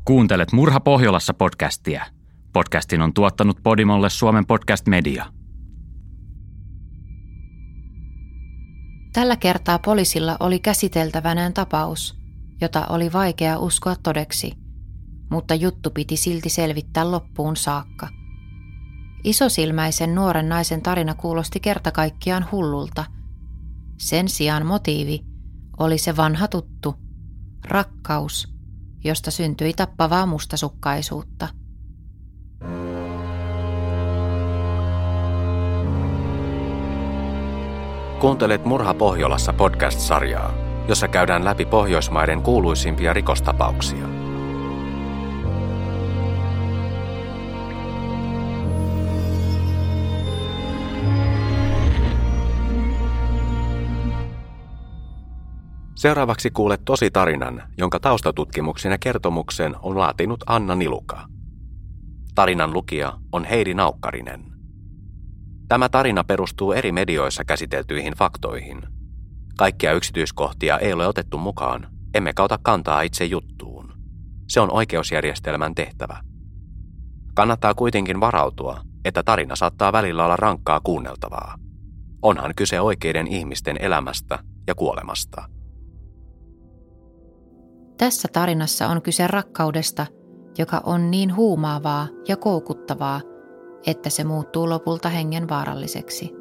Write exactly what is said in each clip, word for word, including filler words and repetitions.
Kuuntelet Murha Pohjolassa podcastia. Podcastin on tuottanut Podimolle Suomen Podcast Media. Tällä kertaa poliisilla oli käsiteltävänään tapaus, jota oli vaikea uskoa todeksi, mutta juttu piti silti selvittää loppuun saakka. Isosilmäisen nuoren naisen tarina kuulosti kerta kaikkiaan hullulta. Sen sijaan motiivi oli se vanha tuttu, rakkaus, josta syntyi tappavaa mustasukkaisuutta. Kuuntelet Murha Pohjolassa podcast-sarjaa, jossa käydään läpi Pohjoismaiden kuuluisimpia rikostapauksia. Seuraavaksi kuulet tositarinan, jonka taustatutkimuksen ja kertomuksen on laatinut Anna Niluka. Tarinan lukija on Heidi Naukkarinen. Tämä tarina perustuu eri medioissa käsiteltyihin faktoihin. Kaikkia yksityiskohtia ei ole otettu mukaan, emmekä ota kantaa itse juttuun. Se on oikeusjärjestelmän tehtävä. Kannattaa kuitenkin varautua, että tarina saattaa välillä olla rankkaa kuunneltavaa. Onhan kyse oikeiden ihmisten elämästä ja kuolemasta. Tässä tarinassa on kyse rakkaudesta, joka on niin huumaavaa ja koukuttavaa, että se muuttuu lopulta hengenvaaralliseksi.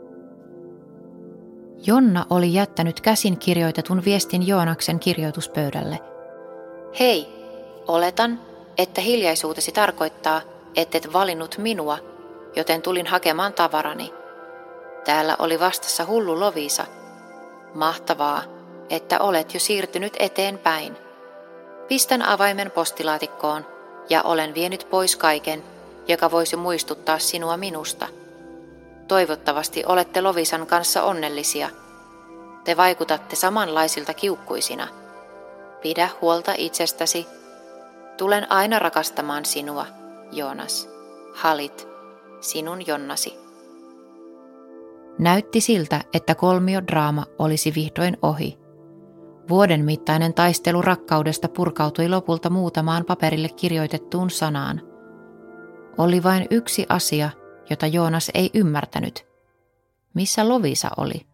Jonna oli jättänyt käsin kirjoitetun viestin Joonaksen kirjoituspöydälle. Hei, oletan, että hiljaisuutesi tarkoittaa, ettet valinnut minua, joten tulin hakemaan tavarani. Täällä oli vastassa hullu Lovisa. Mahtavaa, että olet jo siirtynyt eteenpäin. Pistän avaimen postilaatikkoon ja olen vienyt pois kaiken, joka voisi muistuttaa sinua minusta. Toivottavasti olette Lovisan kanssa onnellisia. Te vaikutatte samanlaisilta kiukkuisina. Pidä huolta itsestäsi. Tulen aina rakastamaan sinua, Joonas. Halit, sinun Jonnasi. Näytti siltä, että kolmiodraama olisi vihdoin ohi. Vuoden mittainen taistelu rakkaudesta purkautui lopulta muutamaan paperille kirjoitettuun sanaan. Oli vain yksi asia, jota Joonas ei ymmärtänyt. Missä Lovisa oli?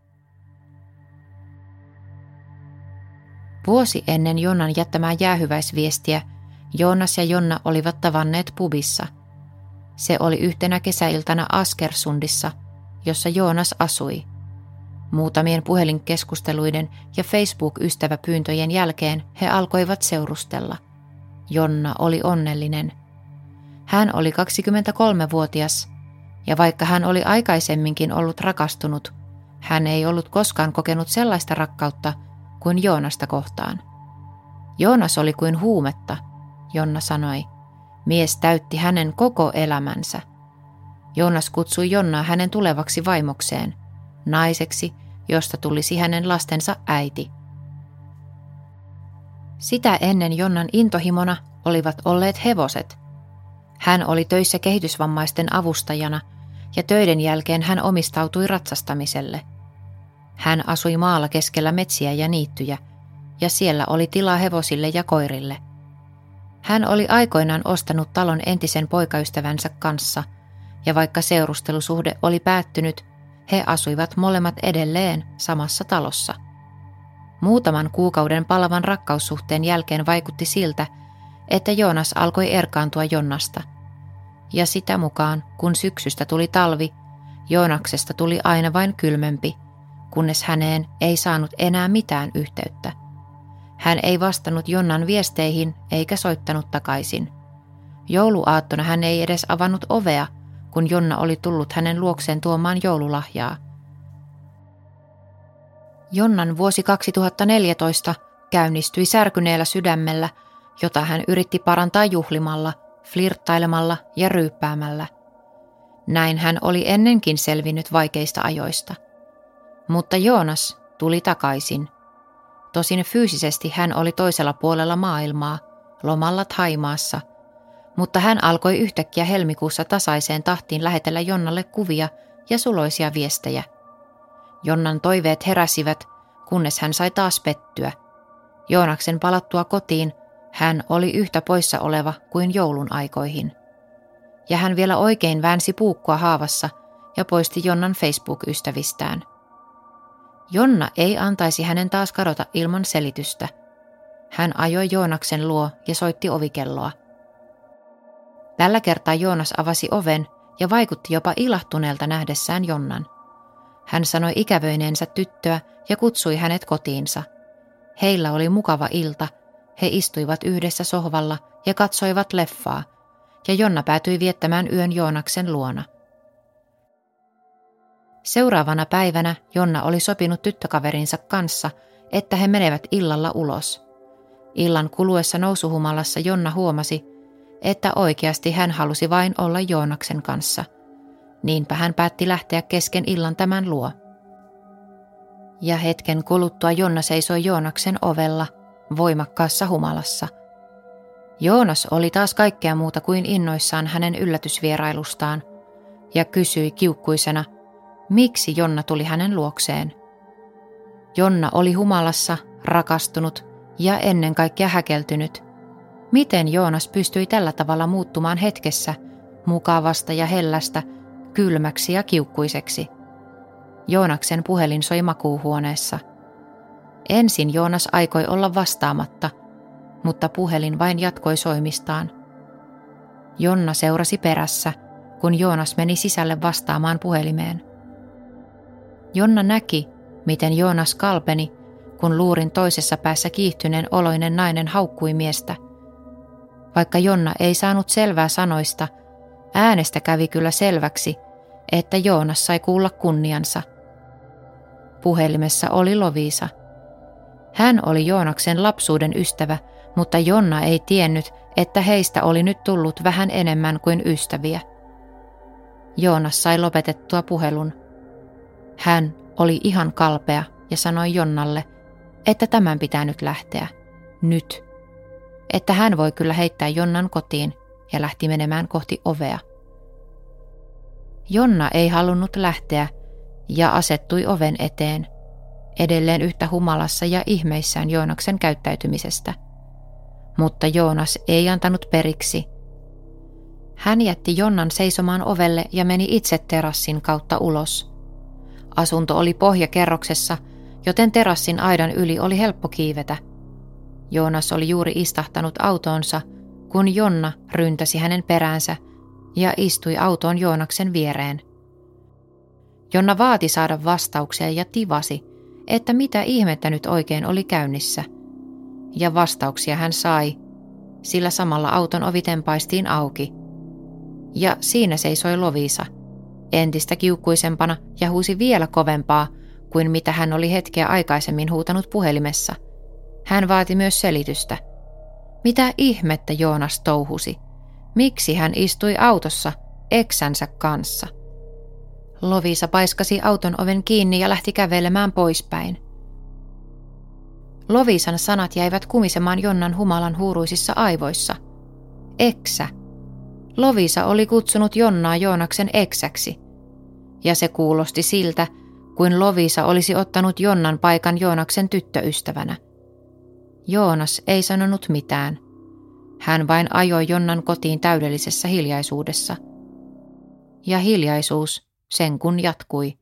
Vuosi ennen Jonnan jättämää jäähyväisviestiä Joonas ja Jonna olivat tavanneet pubissa. Se oli yhtenä kesäiltana Askersundissa, jossa Joonas asui. Muutamien puhelinkeskusteluiden ja Facebook-ystäväpyyntöjen jälkeen he alkoivat seurustella. Jonna oli onnellinen. Hän oli kaksikymmentäkolmevuotias, ja vaikka hän oli aikaisemminkin ollut rakastunut, hän ei ollut koskaan kokenut sellaista rakkautta kuin Joonasta kohtaan. Joonas oli kuin huumetta, Jonna sanoi. Mies täytti hänen koko elämänsä. Joonas kutsui Jonnaa hänen tulevaksi vaimokseen, naiseksi, josta tulisi hänen lastensa äiti. Sitä ennen Jonnan intohimona olivat olleet hevoset. Hän oli töissä kehitysvammaisten avustajana ja töiden jälkeen hän omistautui ratsastamiselle. Hän asui maalla keskellä metsiä ja niittyjä ja siellä oli tilaa hevosille ja koirille. Hän oli aikoinaan ostanut talon entisen poikaystävänsä kanssa ja vaikka seurustelusuhde oli päättynyt, he asuivat molemmat edelleen samassa talossa. Muutaman kuukauden palavan rakkaussuhteen jälkeen vaikutti siltä, että Joonas alkoi erkaantua Jonnasta. Ja sitä mukaan, kun syksystä tuli talvi, Joonaksesta tuli aina vain kylmempi, kunnes häneen ei saanut enää mitään yhteyttä. Hän ei vastannut Jonnan viesteihin eikä soittanut takaisin. Jouluaattona hän ei edes avannut ovea, kun Jonna oli tullut hänen luokseen tuomaan joululahjaa. Jonnan vuosi kaksituhattaneljätoista käynnistyi särkyneellä sydämellä, jota hän yritti parantaa juhlimalla, flirttailemalla ja ryyppäämällä. Näin hän oli ennenkin selvinnyt vaikeista ajoista. Mutta Joonas tuli takaisin. Tosin fyysisesti hän oli toisella puolella maailmaa, lomalla Thaimaassa, mutta hän alkoi yhtäkkiä helmikuussa tasaiseen tahtiin lähetellä Jonnalle kuvia ja suloisia viestejä. Jonnan toiveet heräsivät, kunnes hän sai taas pettyä. Joonaksen palattua kotiin Hän oli yhtä poissa oleva kuin joulun aikoihin. Ja hän vielä oikein väänsi puukkua haavassa ja poisti Jonnan Facebook-ystävistään. Jonna ei antaisi hänen taas kadota ilman selitystä. Hän ajoi Joonaksen luo ja soitti ovikelloa. Tällä kertaa Joonas avasi oven ja vaikutti jopa ilahtuneelta nähdessään Jonnan. Hän sanoi ikävöineensä tyttöä ja kutsui hänet kotiinsa. Heillä oli mukava ilta, he istuivat yhdessä sohvalla ja katsoivat leffaa, ja Jonna päätyi viettämään yön Joonaksen luona. Seuraavana päivänä Jonna oli sopinut tyttökaverinsa kanssa, että he menevät illalla ulos. Illan kuluessa nousuhumalassa Jonna huomasi, että oikeasti hän halusi vain olla Joonaksen kanssa. Niinpä hän päätti lähteä kesken illan tämän luo. Ja hetken kuluttua Jonna seisoi Joonaksen ovella, voimakkaassa humalassa. Joonas oli taas kaikkea muuta kuin innoissaan hänen yllätysvierailustaan ja kysyi kiukkuisena, miksi Jonna tuli hänen luokseen. Jonna oli humalassa, rakastunut ja ennen kaikkea häkeltynyt. Miten Joonas pystyi tällä tavalla muuttumaan hetkessä, mukavasta ja hellästä, kylmäksi ja kiukkuiseksi? Joonaksen puhelin soi makuuhuoneessa. Ensin Joonas aikoi olla vastaamatta, mutta puhelin vain jatkoi soimistaan. Jonna seurasi perässä, kun Joonas meni sisälle vastaamaan puhelimeen. Jonna näki, miten Joonas kalpeni, kun luurin toisessa päässä kiihtyneen oloinen nainen haukkui miestä. Vaikka Jonna ei saanut selvää sanoista, äänestä kävi kyllä selväksi, että Joonas sai kuulla kunniansa. Puhelimessa oli Loviisa. Hän oli Joonaksen lapsuuden ystävä, mutta Jonna ei tiennyt, että heistä oli nyt tullut vähän enemmän kuin ystäviä. Joonas sai lopetettua puhelun. Hän oli ihan kalpea ja sanoi Jonnalle, että tämän pitää nyt lähteä. Nyt. Että hän voi kyllä heittää Jonnan kotiin ja lähti menemään kohti ovea. Jonna ei halunnut lähteä ja asettui oven eteen, edelleen yhtä humalassa ja ihmeissään Joonaksen käyttäytymisestä. Mutta Joonas ei antanut periksi. Hän jätti Jonnan seisomaan ovelle ja meni itse terassin kautta ulos. Asunto oli pohjakerroksessa, joten terassin aidan yli oli helppo kiivetä. Joonas oli juuri istahtanut autoonsa, kun Jonna ryntäsi hänen peräänsä ja istui autoon Joonaksen viereen. Jonna vaati saada vastauksia ja tivasi, että mitä ihmettä nyt oikein oli käynnissä. Ja vastauksia hän sai, sillä samalla auton ovi tempaistiin auki. Ja siinä seisoi Loviisa, entistä kiukkuisempana ja huusi vielä kovempaa kuin mitä hän oli hetkeä aikaisemmin huutanut puhelimessa. Hän vaati myös selitystä. Mitä ihmettä Joonas touhusi? Miksi hän istui autossa eksänsä kanssa? Loviisa paiskasi auton oven kiinni ja lähti kävelemään poispäin. Loviisan sanat jäivät kumisemaan Jonnan humalan huuruisissa aivoissa. Eksä. Loviisa oli kutsunut Jonnaa Joonaksen eksäksi. Ja se kuulosti siltä, kuin Loviisa olisi ottanut Jonnan paikan Joonaksen tyttöystävänä. Joonas ei sanonut mitään. Hän vain ajoi Jonnan kotiin täydellisessä hiljaisuudessa. Ja hiljaisuus sen kun jatkui.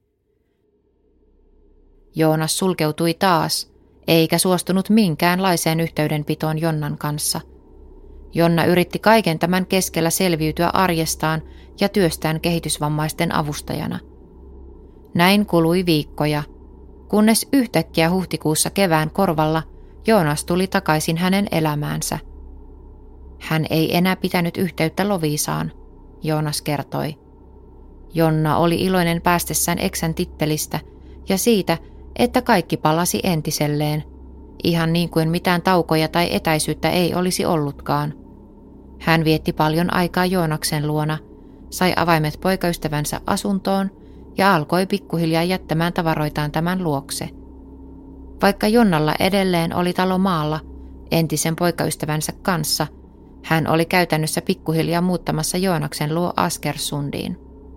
Joonas sulkeutui taas, eikä suostunut minkäänlaiseen yhteydenpitoon Jonnan kanssa. Jonna yritti kaiken tämän keskellä selviytyä arjestaan ja työstään kehitysvammaisten avustajana. Näin kului viikkoja, kunnes yhtäkkiä huhtikuussa kevään korvalla Joonas tuli takaisin hänen elämäänsä. Hän ei enää pitänyt yhteyttä Loviisaan, Joonas kertoi. Jonna oli iloinen päästessään eksän tittelistä ja siitä, että kaikki palasi entiselleen, ihan niin kuin mitään taukoja tai etäisyyttä ei olisi ollutkaan. Hän vietti paljon aikaa Joonaksen luona, sai avaimet poikaystävänsä asuntoon ja alkoi pikkuhiljaa jättämään tavaroitaan tämän luokse. Vaikka Jonnalla edelleen oli talo maalla entisen poikaystävänsä kanssa, hän oli käytännössä pikkuhiljaa muuttamassa Joonaksen luo Askersundiin.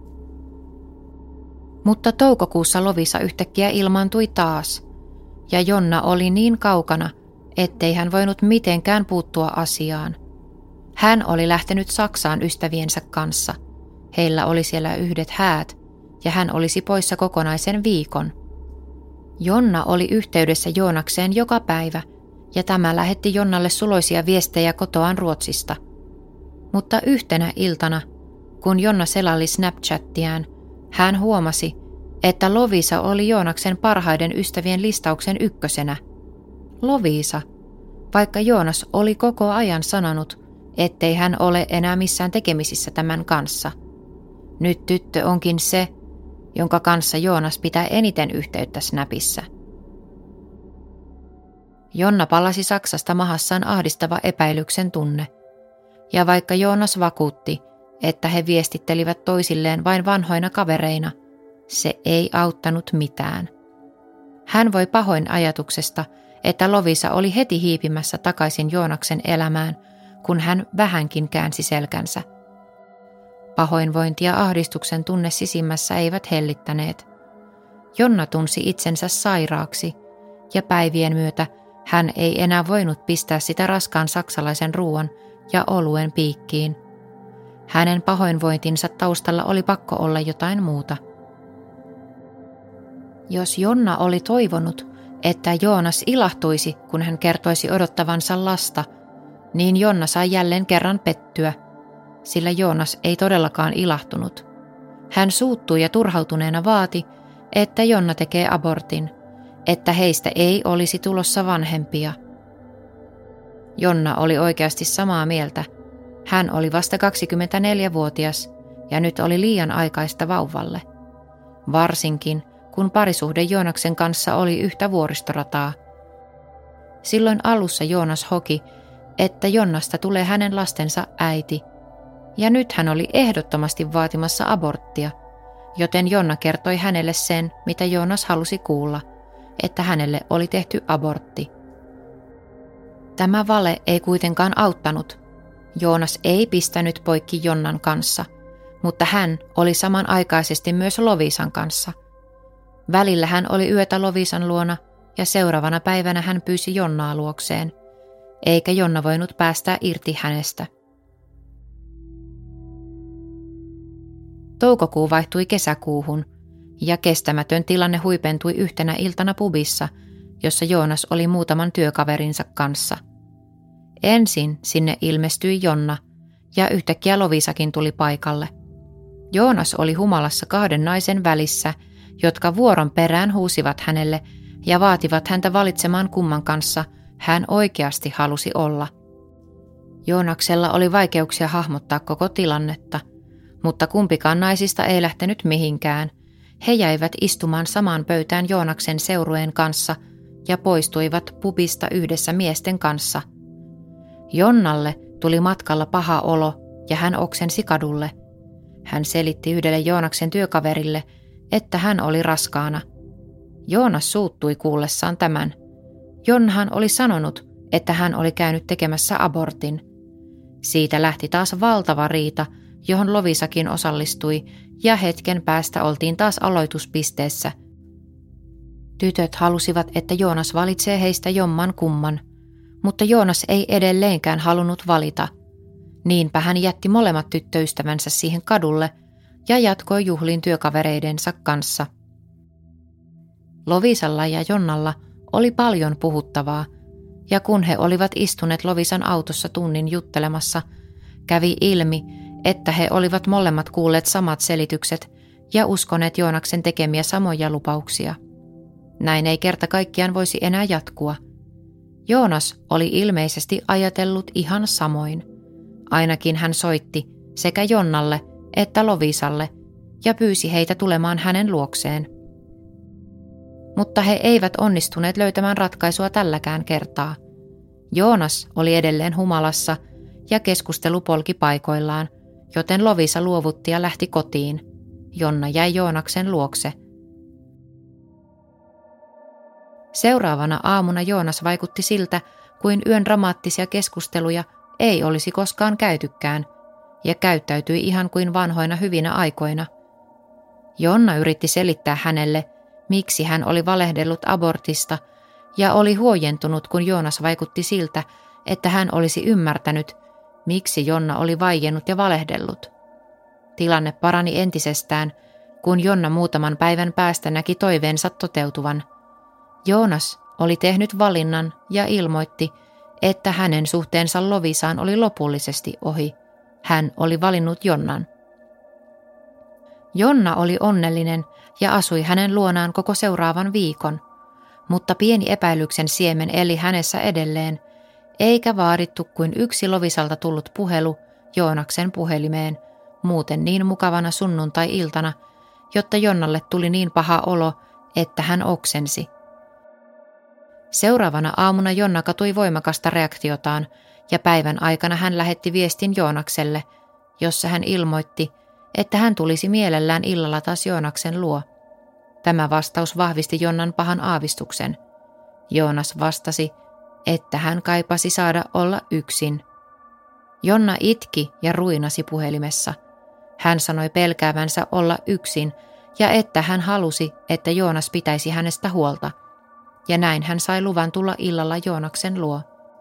Mutta toukokuussa Loviisa yhtäkkiä ilmaantui taas, ja Jonna oli niin kaukana, ettei hän voinut mitenkään puuttua asiaan. Hän oli lähtenyt Saksaan ystäviensä kanssa. Heillä oli siellä yhdet häät ja hän olisi poissa kokonaisen viikon. Jonna oli yhteydessä Joonakseen joka päivä ja tämä lähetti Jonnalle suloisia viestejä kotoaan Ruotsista. Mutta yhtenä iltana, kun Jonna selaili Snapchattiään, hän huomasi, että Lovisa oli Joonaksen parhaiden ystävien listauksen ykkösenä. Lovisa, vaikka Joonas oli koko ajan sanonut, ettei hän ole enää missään tekemisissä tämän kanssa. Nyt tyttö onkin se, jonka kanssa Joonas pitää eniten yhteyttä Snapissa. Jonna palasi Saksasta mahassaan ahdistava epäilyksen tunne. Ja vaikka Joonas vakuutti, että he viestittelivät toisilleen vain vanhoina kavereina, se ei auttanut mitään. Hän voi pahoin ajatuksesta, että Lovisa oli heti hiipimässä takaisin Joonaksen elämään, kun hän vähänkin käänsi selkänsä. Pahoinvointi ja ahdistuksen tunne sisimmässä eivät hellittäneet. Jonna tunsi itsensä sairaaksi, ja päivien myötä hän ei enää voinut pistää sitä raskaan saksalaisen ruoan ja oluen piikkiin. Hänen pahoinvointinsa taustalla oli pakko olla jotain muuta. Jos Jonna oli toivonut, että Joonas ilahtuisi, kun hän kertoisi odottavansa lasta, niin Jonna sai jälleen kerran pettyä, sillä Joonas ei todellakaan ilahtunut. Hän suuttui ja turhautuneena vaati, että Jonna tekee abortin, että heistä ei olisi tulossa vanhempia. Jonna oli oikeasti samaa mieltä. Hän oli vasta kaksikymmentäneljävuotias ja nyt oli liian aikaista vauvalle. Varsinkin, kun parisuhde Joonaksen kanssa oli yhtä vuoristorataa. Silloin alussa Joonas hoki, että Jonnasta tulee hänen lastensa äiti, ja nyt hän oli ehdottomasti vaatimassa aborttia, joten Jonna kertoi hänelle sen, mitä Joonas halusi kuulla, että hänelle oli tehty abortti. Tämä vale ei kuitenkaan auttanut. Joonas ei pistänyt poikki Jonnan kanssa, mutta hän oli samanaikaisesti myös Lovisan kanssa. Välillä hän oli yötä Lovisan luona ja seuraavana päivänä hän pyysi Jonnaa luokseen, eikä Jonna voinut päästää irti hänestä. Toukokuu vaihtui kesäkuuhun ja kestämätön tilanne huipentui yhtenä iltana pubissa, jossa Joonas oli muutaman työkaverinsa kanssa. Ensin sinne ilmestyi Jonna ja yhtäkkiä Lovisakin tuli paikalle. Joonas oli humalassa kahden naisen välissä, jotka vuoron perään huusivat hänelle ja vaativat häntä valitsemaan kumman kanssa hän oikeasti halusi olla. Joonaksella oli vaikeuksia hahmottaa koko tilannetta, mutta kumpikaan naisista ei lähtenyt mihinkään. He jäivät istumaan samaan pöytään Joonaksen seurueen kanssa ja poistuivat pubista yhdessä miesten kanssa. Jonnalle tuli matkalla paha olo ja hän oksensi kadulle. Hän selitti yhdelle Joonaksen työkaverille, että hän oli raskaana. Joonas suuttui kuullessaan tämän. Jonnahan oli sanonut, että hän oli käynyt tekemässä abortin. Siitä lähti taas valtava riita, johon Lovisakin osallistui, ja hetken päästä oltiin taas aloituspisteessä. Tytöt halusivat, että Joonas valitsee heistä jomman kumman, mutta Joonas ei edelleenkään halunnut valita. Niinpä hän jätti molemmat tyttöystävänsä siihen kadulle ja jatkoi juhliin työkavereidensa kanssa. Lovisalla ja Jonnalla oli paljon puhuttavaa, ja kun he olivat istuneet Lovisan autossa tunnin juttelemassa, kävi ilmi, että he olivat molemmat kuulleet samat selitykset ja uskoneet Joonaksen tekemiä samoja lupauksia. Näin ei kerta kaikkiaan voisi enää jatkua. Joonas oli ilmeisesti ajatellut ihan samoin. Ainakin hän soitti sekä Jonnalle että Lovisalle ja pyysi heitä tulemaan hänen luokseen. Mutta he eivät onnistuneet löytämään ratkaisua tälläkään kertaa. Joonas oli edelleen humalassa ja keskustelu polki paikoillaan, joten Lovisa luovutti ja lähti kotiin. Jonna jäi Joonaksen luokse. Seuraavana aamuna Joonas vaikutti siltä, kuin yön dramaattisia keskusteluja ei olisi koskaan käytykään, ja käyttäytyi ihan kuin vanhoina hyvinä aikoina. Jonna yritti selittää hänelle, miksi hän oli valehdellut abortista ja oli huojentunut, kun Joonas vaikutti siltä, että hän olisi ymmärtänyt, miksi Jonna oli vaiennut ja valehdellut. Tilanne parani entisestään, kun Jonna muutaman päivän päästä näki toiveensa toteutuvan. Joonas oli tehnyt valinnan ja ilmoitti, että hänen suhteensa Lovisaan oli lopullisesti ohi. Hän oli valinnut Jonnan. Jonna oli onnellinen ja asui hänen luonaan koko seuraavan viikon, mutta pieni epäilyksen siemen eli hänessä edelleen, eikä vaadittu kuin yksi Lovisalta tullut puhelu Joonaksen puhelimeen, muuten niin mukavana sunnuntai-iltana, jotta Jonnalle tuli niin paha olo, että hän oksensi. Seuraavana aamuna Jonna katui voimakasta reaktiotaan ja päivän aikana hän lähetti viestin Joonakselle, jossa hän ilmoitti, että hän tulisi mielellään illalla taas Joonaksen luo. Tämä vastaus vahvisti Jonnan pahan aavistuksen. Joonas vastasi, että hän kaipasi saada olla yksin. Jonna itki ja ruinasi puhelimessa. Hän sanoi pelkäävänsä olla yksin ja että hän halusi, että Joonas pitäisi hänestä huolta. Ja näin hän sai luvan tulla illalla Joonaksen luo.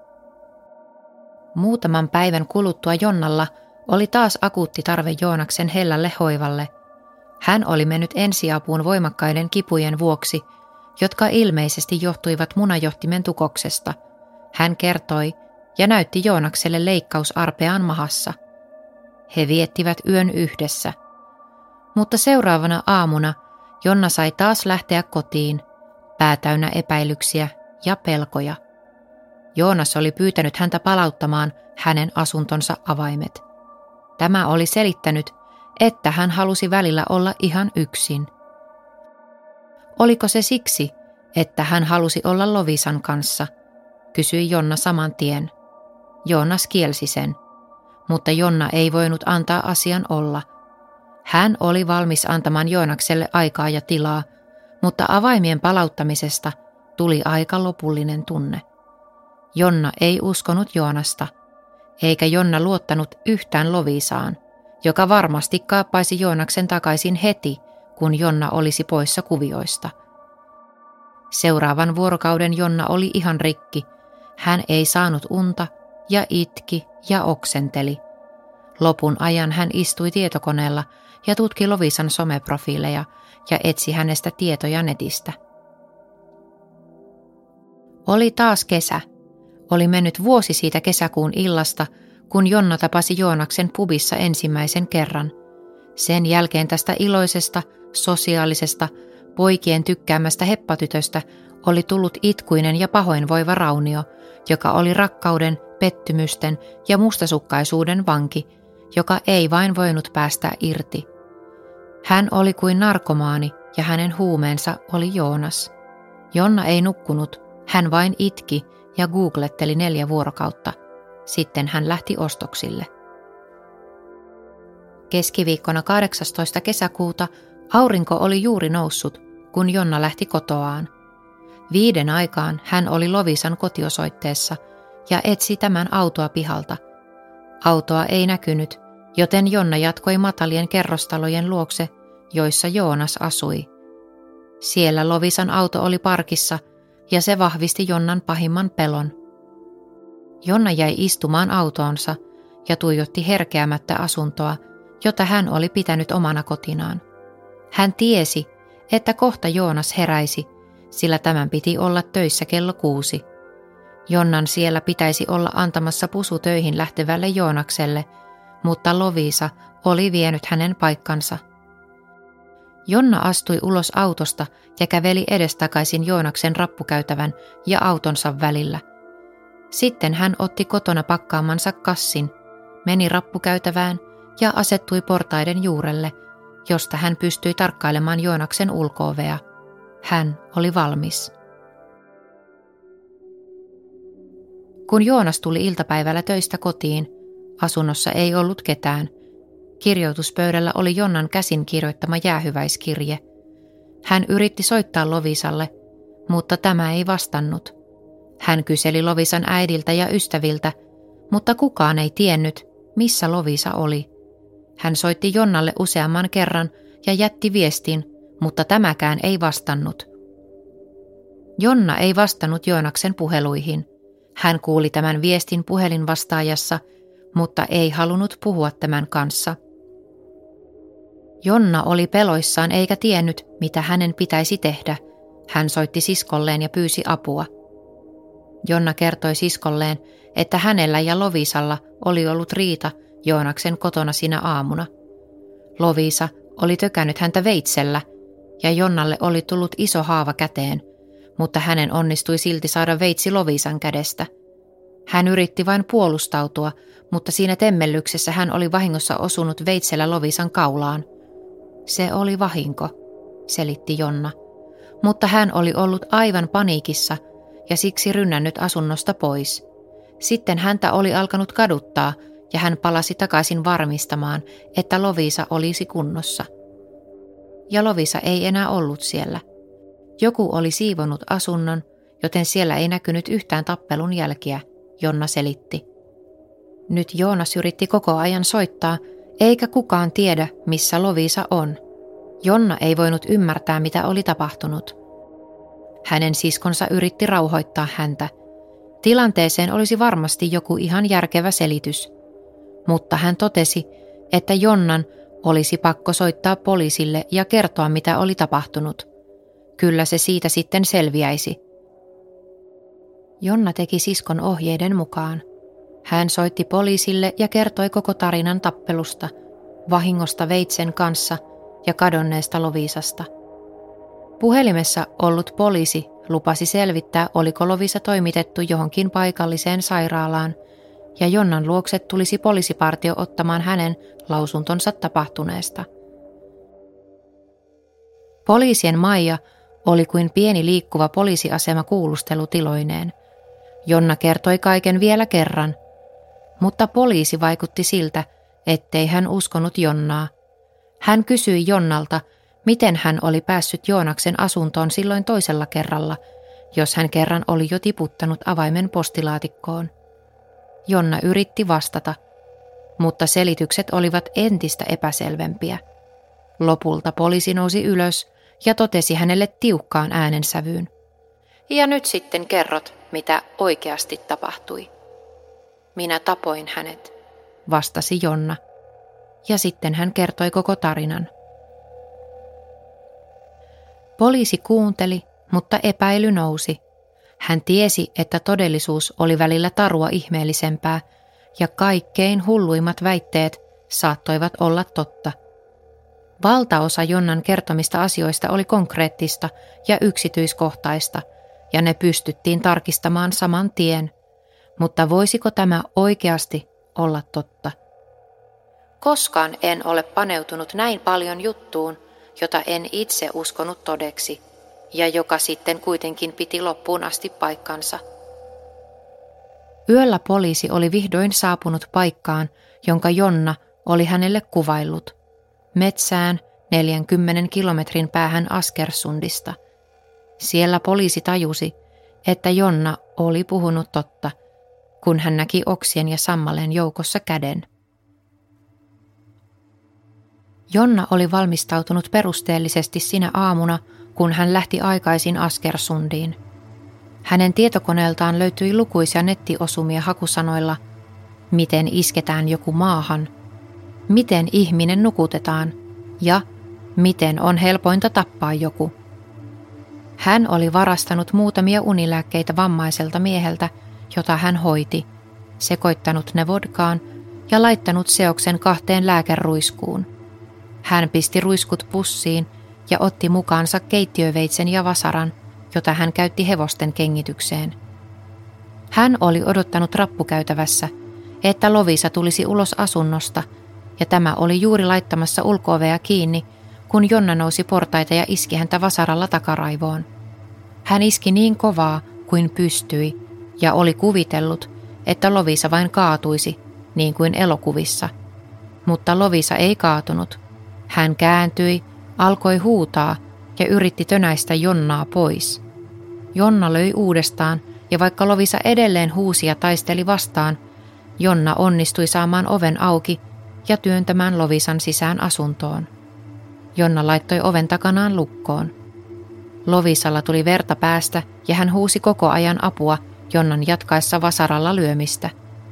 Muutaman päivän kuluttua Jonnalla oli taas akuutti tarve Joonaksen hellälle hoivalle. Hän oli mennyt ensiapuun voimakkaiden kipujen vuoksi, jotka ilmeisesti johtuivat munajohtimen tukoksesta. Hän kertoi ja näytti Joonakselle leikkausarpeaan mahassa. He viettivät yön yhdessä. Mutta seuraavana aamuna Jonna sai taas lähteä kotiin, pää täynnä epäilyksiä ja pelkoja. Joonas oli pyytänyt häntä palauttamaan hänen asuntonsa avaimet. Tämä oli selittänyt, että hän halusi välillä olla ihan yksin. Oliko se siksi, että hän halusi olla Lovisan kanssa, kysyi Jonna saman tien. Joonas kielsi sen, mutta Jonna ei voinut antaa asian olla. Hän oli valmis antamaan Joonakselle aikaa ja tilaa, mutta avaimien palauttamisesta tuli aika lopullinen tunne. Jonna ei uskonut Joonasta, eikä Jonna luottanut yhtään Lovisaan, joka varmasti kaappaisi Joonaksen takaisin heti, kun Jonna olisi poissa kuvioista. Seuraavan vuorokauden Jonna oli ihan rikki. Hän ei saanut unta ja itki ja oksenteli. Lopun ajan hän istui tietokoneella ja tutki Lovisan someprofiileja ja etsi hänestä tietoja netistä. Oli taas kesä. Oli mennyt vuosi siitä kesäkuun illasta, kun Jonna tapasi Joonaksen pubissa ensimmäisen kerran. Sen jälkeen tästä iloisesta, sosiaalisesta, poikien tykkäämästä heppatytöstä oli tullut itkuinen ja pahoinvoiva raunio, joka oli rakkauden, pettymysten ja mustasukkaisuuden vanki, joka ei vain voinut päästä irti. Hän oli kuin narkomaani ja hänen huumeensa oli Joonas. Jonna ei nukkunut, hän vain itki ja googletteli neljä vuorokautta. Sitten hän lähti ostoksille. Keskiviikkona kahdeksastoista kesäkuuta aurinko oli juuri noussut, kun Jonna lähti kotoaan. Viiden aikaan hän oli Lovisan kotiosoitteessa ja etsi tämän autoa pihalta. Autoa ei näkynyt, joten Jonna jatkoi matalien kerrostalojen luokse, joissa Joonas asui. Siellä Lovisan auto oli parkissa ja se vahvisti Jonnan pahimman pelon. Jonna jäi istumaan autoonsa ja tuijotti herkeämättä asuntoa, jota hän oli pitänyt omana kotinaan. Hän tiesi, että kohta Joonas heräisi, sillä tämän piti olla töissä kello kuusi. Jonnan siellä pitäisi olla antamassa pusu töihin lähtevälle Joonakselle, mutta Lovisa oli vienyt hänen paikkansa. Jonna astui ulos autosta ja käveli edestakaisin Joonaksen rappukäytävän ja autonsa välillä. Sitten hän otti kotona pakkaamansa kassin, meni rappukäytävään ja asettui portaiden juurelle, josta hän pystyi tarkkailemaan Joonaksen ulko-ovea. Hän oli valmis. Kun Joonas tuli iltapäivällä töistä kotiin, asunnossa ei ollut ketään. Kirjoituspöydällä oli Jonnan käsin kirjoittama jäähyväiskirje. Hän yritti soittaa Lovisalle, mutta tämä ei vastannut. Hän kyseli Lovisan äidiltä ja ystäviltä, mutta kukaan ei tiennyt, missä Lovisa oli. Hän soitti Jonnalle useamman kerran ja jätti viestin, mutta tämäkään ei vastannut. Jonna ei vastannut Joonaksen puheluihin. Hän kuuli tämän viestin puhelinvastaajassa, mutta ei halunnut puhua tämän kanssa. Jonna oli peloissaan eikä tiennyt, mitä hänen pitäisi tehdä. Hän soitti siskolleen ja pyysi apua. Jonna kertoi siskolleen, että hänellä ja Loviisalla oli ollut riita Joonaksen kotona sinä aamuna. Loviisa oli tökännyt häntä veitsellä ja Jonnalle oli tullut iso haava käteen, mutta hänen onnistui silti saada veitsi Loviisan kädestä. Hän yritti vain puolustautua, mutta siinä temmellyksessä hän oli vahingossa osunut veitsellä Loviisan kaulaan. Se oli vahinko, selitti Jonna, mutta hän oli ollut aivan paniikissa ja siksi rynnännyt asunnosta pois. Sitten häntä oli alkanut kaduttaa ja hän palasi takaisin varmistamaan, että Loviisa olisi kunnossa. Ja Loviisa ei enää ollut siellä. Joku oli siivonut asunnon, joten siellä ei näkynyt yhtään tappelun jälkiä, Jonna selitti. Nyt Joonas yritti koko ajan soittaa, eikä kukaan tiedä, missä Loviisa on. Jonna ei voinut ymmärtää, mitä oli tapahtunut. Hänen siskonsa yritti rauhoittaa häntä. Tilanteeseen olisi varmasti joku ihan järkevä selitys. Mutta hän totesi, että Jonnan olisi pakko soittaa poliisille ja kertoa, mitä oli tapahtunut. Kyllä se siitä sitten selviäisi. Jonna teki siskon ohjeiden mukaan. Hän soitti poliisille ja kertoi koko tarinan tappelusta, vahingosta veitsen kanssa ja kadonneesta Loviisasta. Puhelimessa ollut poliisi lupasi selvittää, oliko Loviisa toimitettu johonkin paikalliseen sairaalaan, ja Jonnan luokse tulisi poliisipartio ottamaan hänen lausuntonsa tapahtuneesta. Poliisien Maija oli kuin pieni liikkuva poliisiasema kuulustelutiloineen. Jonna kertoi kaiken vielä kerran, mutta poliisi vaikutti siltä, ettei hän uskonut Jonnaa. Hän kysyi Jonnalta, miten hän oli päässyt Joonaksen asuntoon silloin toisella kerralla, jos hän kerran oli jo tiputtanut avaimen postilaatikkoon. Jonna yritti vastata, mutta selitykset olivat entistä epäselvempiä. Lopulta poliisi nousi ylös ja totesi hänelle tiukkaan äänensävyyn. Ja nyt sitten kerrot, mitä oikeasti tapahtui. Minä tapoin hänet, vastasi Jonna. Ja sitten hän kertoi koko tarinan. Poliisi kuunteli, mutta epäily nousi. Hän tiesi, että todellisuus oli välillä tarua ihmeellisempää ja kaikkein hulluimmat väitteet saattoivat olla totta. Valtaosa Jonnan kertomista asioista oli konkreettista ja yksityiskohtaista, ja ne pystyttiin tarkistamaan saman tien. Mutta voisiko tämä oikeasti olla totta? Koskaan en ole paneutunut näin paljon juttuun, jota en itse uskonut todeksi, ja joka sitten kuitenkin piti loppuun asti paikkansa. Yöllä poliisi oli vihdoin saapunut paikkaan, jonka Jonna oli hänelle kuvaillut. Metsään neljänkymmenen kilometrin päähän Askersundista. Siellä poliisi tajusi, että Jonna oli puhunut totta, kun hän näki oksien ja sammaleen joukossa käden. Jonna oli valmistautunut perusteellisesti sinä aamuna, kun hän lähti aikaisin Askersundiin. Hänen tietokoneeltaan löytyi lukuisia nettiosumia hakusanoilla, miten isketään joku maahan, miten ihminen nukutetaan ja miten on helpointa tappaa joku. Hän oli varastanut muutamia unilääkkeitä vammaiselta mieheltä, jota hän hoiti, sekoittanut ne vodkaan ja laittanut seoksen kahteen lääkeruiskuun. Hän pisti ruiskut pussiin ja otti mukaansa keittiöveitsen ja vasaran, jota hän käytti hevosten kengitykseen. Hän oli odottanut rappukäytävässä, että Loviisa tulisi ulos asunnosta, ja tämä oli juuri laittamassa ulko-ovea kiinni, kun Jonna nousi portaita ja iski häntä vasaralla takaraivoon. Hän iski niin kovaa kuin pystyi ja oli kuvitellut, että Loviisa vain kaatuisi, niin kuin elokuvissa. Mutta Loviisa ei kaatunut. Hän kääntyi, alkoi huutaa ja yritti tönäistä Jonnaa pois. Jonna löi uudestaan, ja vaikka Loviisa edelleen huusi ja taisteli vastaan, Jonna onnistui saamaan oven auki ja työntämään Loviisan sisään asuntoon. Jonna laittoi oven takanaan lukkoon. Lovisalla tuli verta päästä ja hän huusi koko ajan apua Jonnan jatkaessa vasaralla lyömistä.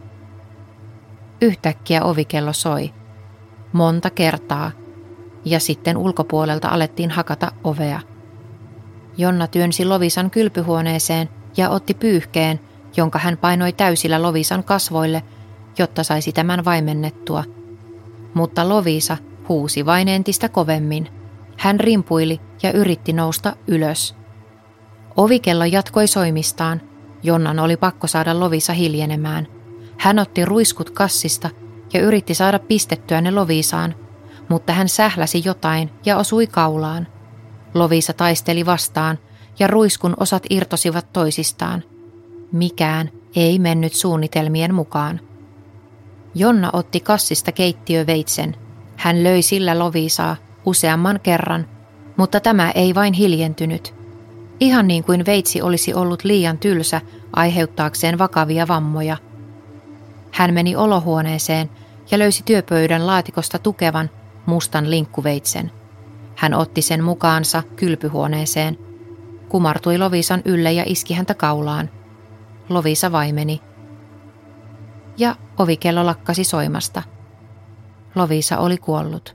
Yhtäkkiä ovikello soi. Monta kertaa. Ja sitten ulkopuolelta alettiin hakata ovea. Jonna työnsi Lovisan kylpyhuoneeseen ja otti pyyhkeen, jonka hän painoi täysillä Lovisan kasvoille, jotta saisi tämän vaimennettua. Mutta Lovisa huusi vain entistä kovemmin. Hän rimpuili ja yritti nousta ylös. Ovikello jatkoi soimistaan. Jonnan oli pakko saada Lovisa hiljenemään. Hän otti ruiskut kassista ja yritti saada pistettyä ne Lovisaan, mutta hän sähläsi jotain ja osui kaulaan. Lovisa taisteli vastaan ja ruiskun osat irtosivat toisistaan. Mikään ei mennyt suunnitelmien mukaan. Jonna otti kassista keittiöveitsen. Hän löi sillä Lovisaa useamman kerran, mutta tämä ei vain hiljentynyt. Ihan niin kuin veitsi olisi ollut liian tylsä aiheuttaakseen vakavia vammoja. Hän meni olohuoneeseen ja löysi työpöydän laatikosta tukevan, mustan linkkuveitsen. Hän otti sen mukaansa kylpyhuoneeseen, kumartui Lovisan ylle ja iski häntä kaulaan. Lovisa vaimeni. Ja ovikello lakkasi soimasta. Lovisa oli kuollut.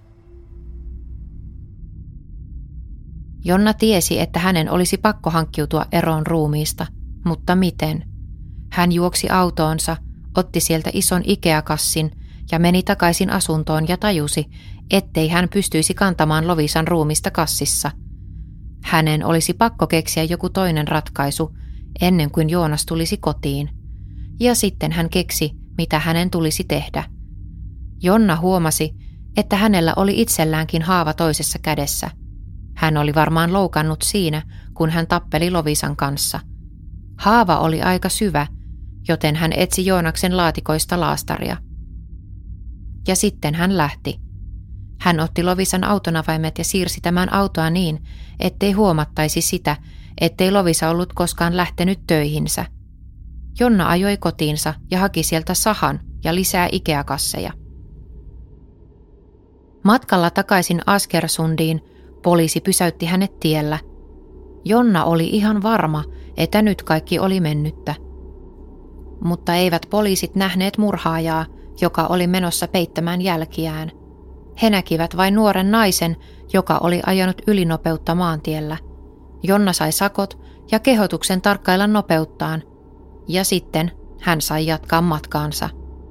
Jonna tiesi, että hänen olisi pakko hankkiutua eroon ruumiista, mutta miten? Hän juoksi autoonsa, otti sieltä ison Ikea-kassin ja meni takaisin asuntoon ja tajusi, ettei hän pystyisi kantamaan Lovisan ruumista kassissa. Hänen olisi pakko keksiä joku toinen ratkaisu ennen kuin Joonas tulisi kotiin. Ja sitten hän keksi, mitä hänen tulisi tehdä. Jonna huomasi, että hänellä oli itselläänkin haava toisessa kädessä. Hän oli varmaan loukannut siinä, kun hän tappeli Lovisan kanssa. Haava oli aika syvä, joten hän etsi Joonaksen laatikoista laastaria. Ja sitten hän lähti. Hän otti Lovisan autonavaimet ja siirsi tämän autoa niin, ettei huomattaisi sitä, ettei Lovisa ollut koskaan lähtenyt töihinsä. Jonna ajoi kotiinsa ja haki sieltä sahan ja lisää Ikea-kasseja. Matkalla takaisin Askersundiin poliisi pysäytti hänet tiellä. Jonna oli ihan varma, että nyt kaikki oli mennyttä. Mutta eivät poliisit nähneet murhaajaa, joka oli menossa peittämään jälkiään. He näkivät vain nuoren naisen, joka oli ajanut ylinopeutta maantiellä. Jonna sai sakot ja kehotuksen tarkkailla nopeuttaan, ja sitten hän sai jatkaa matkaansa.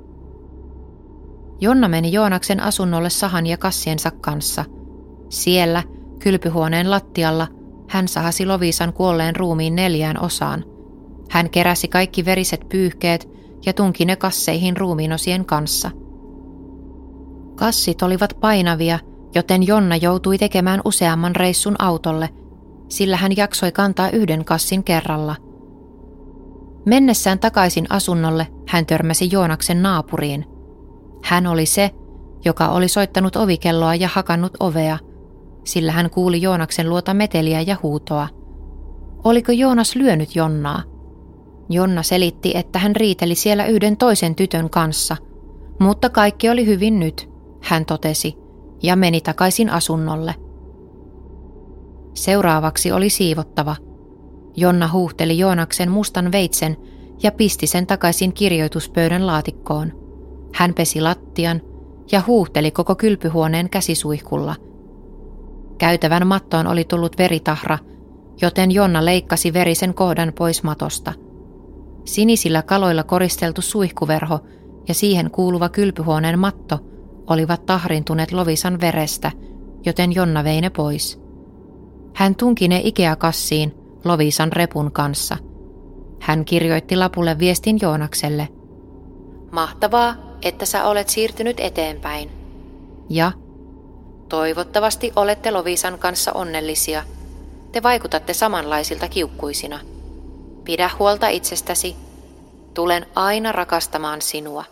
Jonna meni Joonaksen asunnolle sahan ja kassiensa kanssa. Siellä, kylpyhuoneen lattialla, hän sahasi Lovisan kuolleen ruumiin neljään osaan. Hän keräsi kaikki veriset pyyhkeet ja tunki ne kasseihin ruumiinosien kanssa. Kassit olivat painavia, joten Jonna joutui tekemään useamman reissun autolle, sillä hän jaksoi kantaa yhden kassin kerralla. Mennessään takaisin asunnolle hän törmäsi Joonaksen naapuriin. Hän oli se, joka oli soittanut ovikelloa ja hakannut ovea, sillä hän kuuli Joonaksen luota meteliä ja huutoa. Oliko Joonas lyönyt Jonnaa? Jonna selitti, että hän riiteli siellä yhden toisen tytön kanssa, mutta kaikki oli hyvin nyt, hän totesi, ja meni takaisin asunnolle. Seuraavaksi oli siivottava. Jonna huuhteli Joonaksen mustan veitsen ja pisti sen takaisin kirjoituspöydän laatikkoon. Hän pesi lattian ja huuhteli koko kylpyhuoneen käsisuihkulla. Käytävän mattoon oli tullut veritahra, joten Jonna leikkasi verisen kohdan pois matosta. Sinisillä kaloilla koristeltu suihkuverho ja siihen kuuluva kylpyhuoneen matto olivat tahrintuneet Lovisan verestä, joten Jonna vei ne pois. Hän tunki ne Ikea-kassiin Lovisan repun kanssa. Hän kirjoitti lapulle viestin Joonakselle. Mahtavaa, että sä olet siirtynyt eteenpäin. Ja toivottavasti olette Lovisan kanssa onnellisia. Te vaikutatte samanlaisilta kiukkuisina. Pidä huolta itsestäsi. Tulen aina rakastamaan sinua.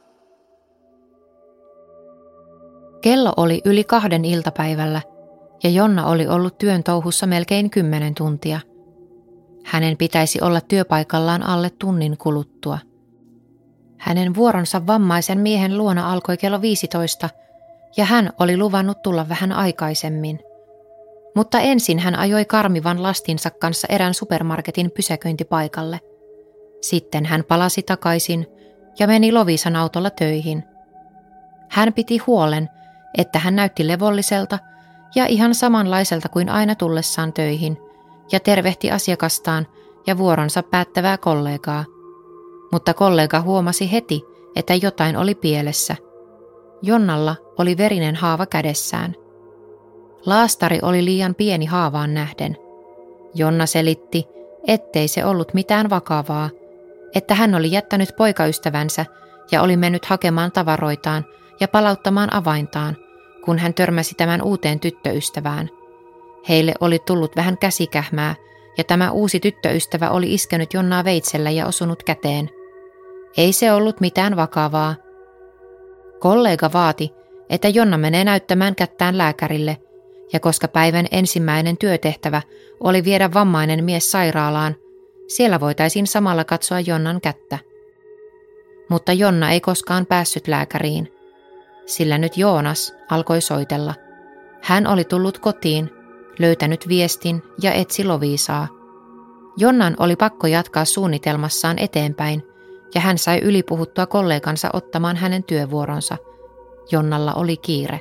Kello oli yli kahden iltapäivällä ja Jonna oli ollut työn touhussa melkein kymmenen tuntia. Hänen pitäisi olla työpaikallaan alle tunnin kuluttua. Hänen vuoronsa vammaisen miehen luona alkoi kello viisitoista ja hän oli luvannut tulla vähän aikaisemmin. Mutta ensin hän ajoi karmivan lastinsa kanssa erään supermarketin pysäköintipaikalle. Sitten hän palasi takaisin ja meni Lovisan autolla töihin. Hän piti huolen, että hän näytti levolliselta ja ihan samanlaiselta kuin aina tullessaan töihin, ja tervehti asiakastaan ja vuoronsa päättävää kollegaa. Mutta kollega huomasi heti, että jotain oli pielessä. Jonnalla oli verinen haava kädessään. Laastari oli liian pieni haavaan nähden. Jonna selitti, ettei se ollut mitään vakavaa, että hän oli jättänyt poikaystävänsä ja oli mennyt hakemaan tavaroitaan ja palauttamaan avaintaan, kun hän törmäsi tämän uuteen tyttöystävään. Heille oli tullut vähän käsikähmää, ja tämä uusi tyttöystävä oli iskenyt Jonnaa veitsellä ja osunut käteen. Ei se ollut mitään vakavaa. Kollega vaati, että Jonna menee näyttämään kättään lääkärille, ja koska päivän ensimmäinen työtehtävä oli viedä vammainen mies sairaalaan, siellä voitaisiin samalla katsoa Jonnan kättä. Mutta Jonna ei koskaan päässyt lääkäriin, sillä nyt Joonas alkoi soitella. Hän oli tullut kotiin, löytänyt viestin ja etsi Lovisaa. Jonnan oli pakko jatkaa suunnitelmassaan eteenpäin, ja hän sai ylipuhuttua kollegansa ottamaan hänen työvuoronsa. Jonnalla oli kiire.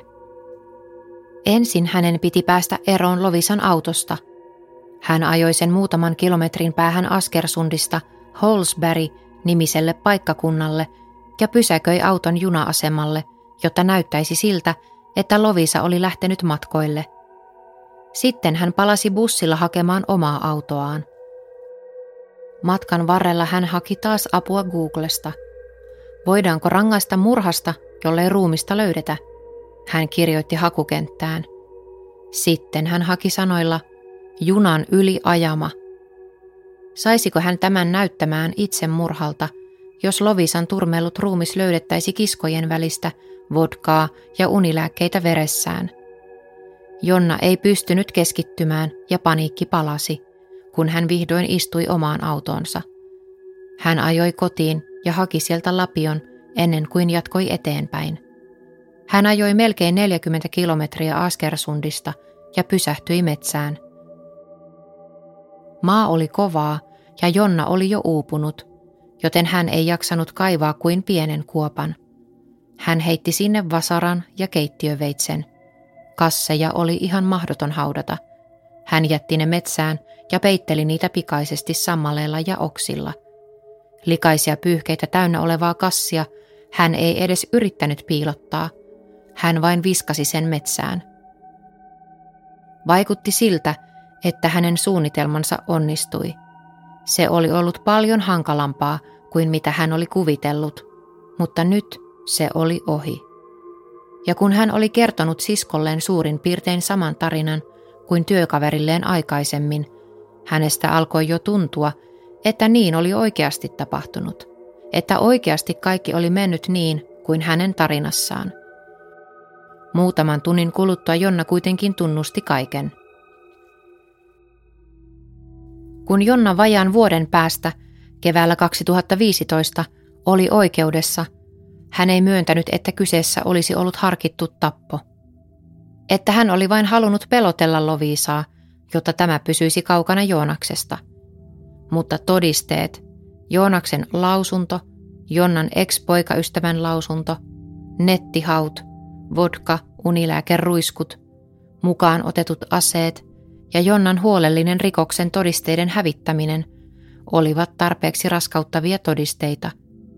Ensin hänen piti päästä eroon Lovisan autosta. Hän ajoi sen muutaman kilometrin päähän Askersundista Holsberg-nimiselle paikkakunnalle ja pysäköi auton juna-asemalle, jotta näyttäisi siltä, että Lovisa oli lähtenyt matkoille. Sitten hän palasi bussilla hakemaan omaa autoaan. Matkan varrella hän haki taas apua Googlesta. Voidaanko rangaista murhasta, jollei ruumista löydetä? Hän kirjoitti hakukenttään. Sitten hän haki sanoilla junan yli ajama. Saisiko hän tämän näyttämään itsemurhalta, jos Lovisan turmellut ruumis löydettäisi kiskojen välistä vodkaa ja unilääkkeitä veressään? Jonna ei pystynyt keskittymään ja paniikki palasi, kun hän vihdoin istui omaan autonsa. Hän ajoi kotiin ja haki sieltä lapion ennen kuin jatkoi eteenpäin. Hän ajoi melkein neljäkymmentä kilometriä Askersundista ja pysähtyi metsään. Maa oli kovaa ja Jonna oli jo uupunut, joten hän ei jaksanut kaivaa kuin pienen kuopan. Hän heitti sinne vasaran ja keittiöveitsen. Kasseja oli ihan mahdoton haudata. Hän jätti ne metsään ja peitteli niitä pikaisesti sammaleella ja oksilla. Likaisia pyyhkeitä täynnä olevaa kassia hän ei edes yrittänyt piilottaa. Hän vain viskasi sen metsään. Vaikutti siltä, että hänen suunnitelmansa onnistui. Se oli ollut paljon hankalampaa kuin mitä hän oli kuvitellut, mutta nyt se oli ohi. Ja kun hän oli kertonut siskolleen suurin piirtein saman tarinan kuin työkaverilleen aikaisemmin, hänestä alkoi jo tuntua, että niin oli oikeasti tapahtunut, että oikeasti kaikki oli mennyt niin kuin hänen tarinassaan. Muutaman tunnin kuluttua Jonna kuitenkin tunnusti kaiken. Kun Jonna vajaan vuoden päästä, keväällä kaksituhattaviisitoista, oli oikeudessa, hän ei myöntänyt, että kyseessä olisi ollut harkittu tappo. Että hän oli vain halunnut pelotella Lovisaa, jotta tämä pysyisi kaukana Joonaksesta. Mutta todisteet, Joonaksen lausunto, Jonnan ex-poikaystävän lausunto, nettihaut, vodka, unilääkeruiskut, mukaan otetut aseet ja Jonnan huolellinen rikoksen todisteiden hävittäminen olivat tarpeeksi raskauttavia todisteita.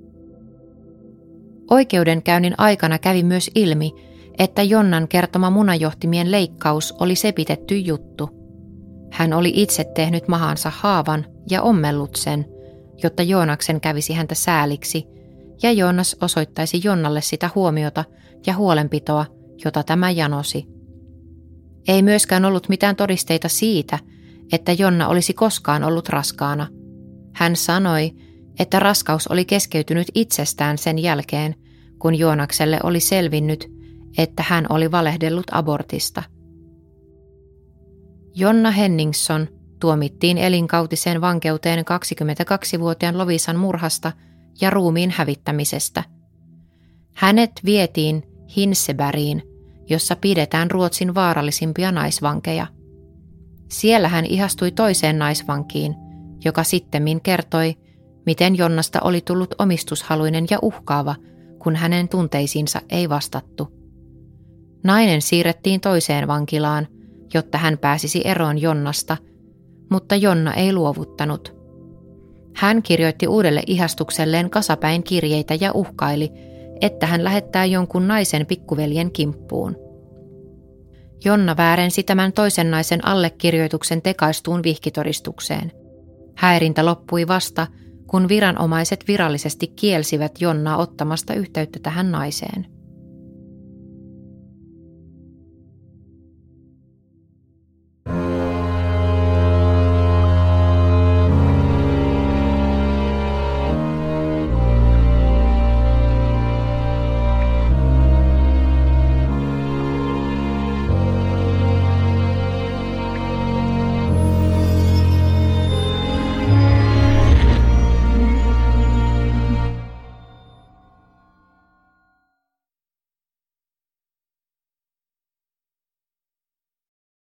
Oikeudenkäynnin aikana kävi myös ilmi, että Jonnan kertoma munajohtimien leikkaus oli sepitetty juttu. Hän oli itse tehnyt mahansa haavan ja ommellut sen, jotta Joonaksen kävisi häntä sääliksi, ja Joonas osoittaisi Jonnalle sitä huomiota ja huolenpitoa, jota tämä janosi. Ei myöskään ollut mitään todisteita siitä, että Jonna olisi koskaan ollut raskaana. Hän sanoi, että raskaus oli keskeytynyt itsestään sen jälkeen, kun Joonakselle oli selvinnyt, että hän oli valehdellut abortista. Jonna Henningsson tuomittiin elinkautiseen vankeuteen kaksikymmentäkaksivuotiaan Lovisan murhasta ja ruumiin hävittämisestä. Hänet vietiin Hinsebergiin, jossa pidetään Ruotsin vaarallisimpia naisvankeja. Siellä hän ihastui toiseen naisvankiin, joka sittemmin kertoi, miten Jonnasta oli tullut omistushaluinen ja uhkaava, kun hänen tunteisiinsa ei vastattu. Nainen siirrettiin toiseen vankilaan, jotta hän pääsisi eroon Jonnasta, mutta Jonna ei luovuttanut. Hän kirjoitti uudelle ihastukselleen kasapäin kirjeitä ja uhkaili, että hän lähettää jonkun naisen pikkuveljen kimppuun. Jonna väärensi tämän toisen naisen allekirjoituksen tekaistuun vihkitodistukseen. Häirintä loppui vasta, kun viranomaiset virallisesti kielsivät Jonnaa ottamasta yhteyttä tähän naiseen.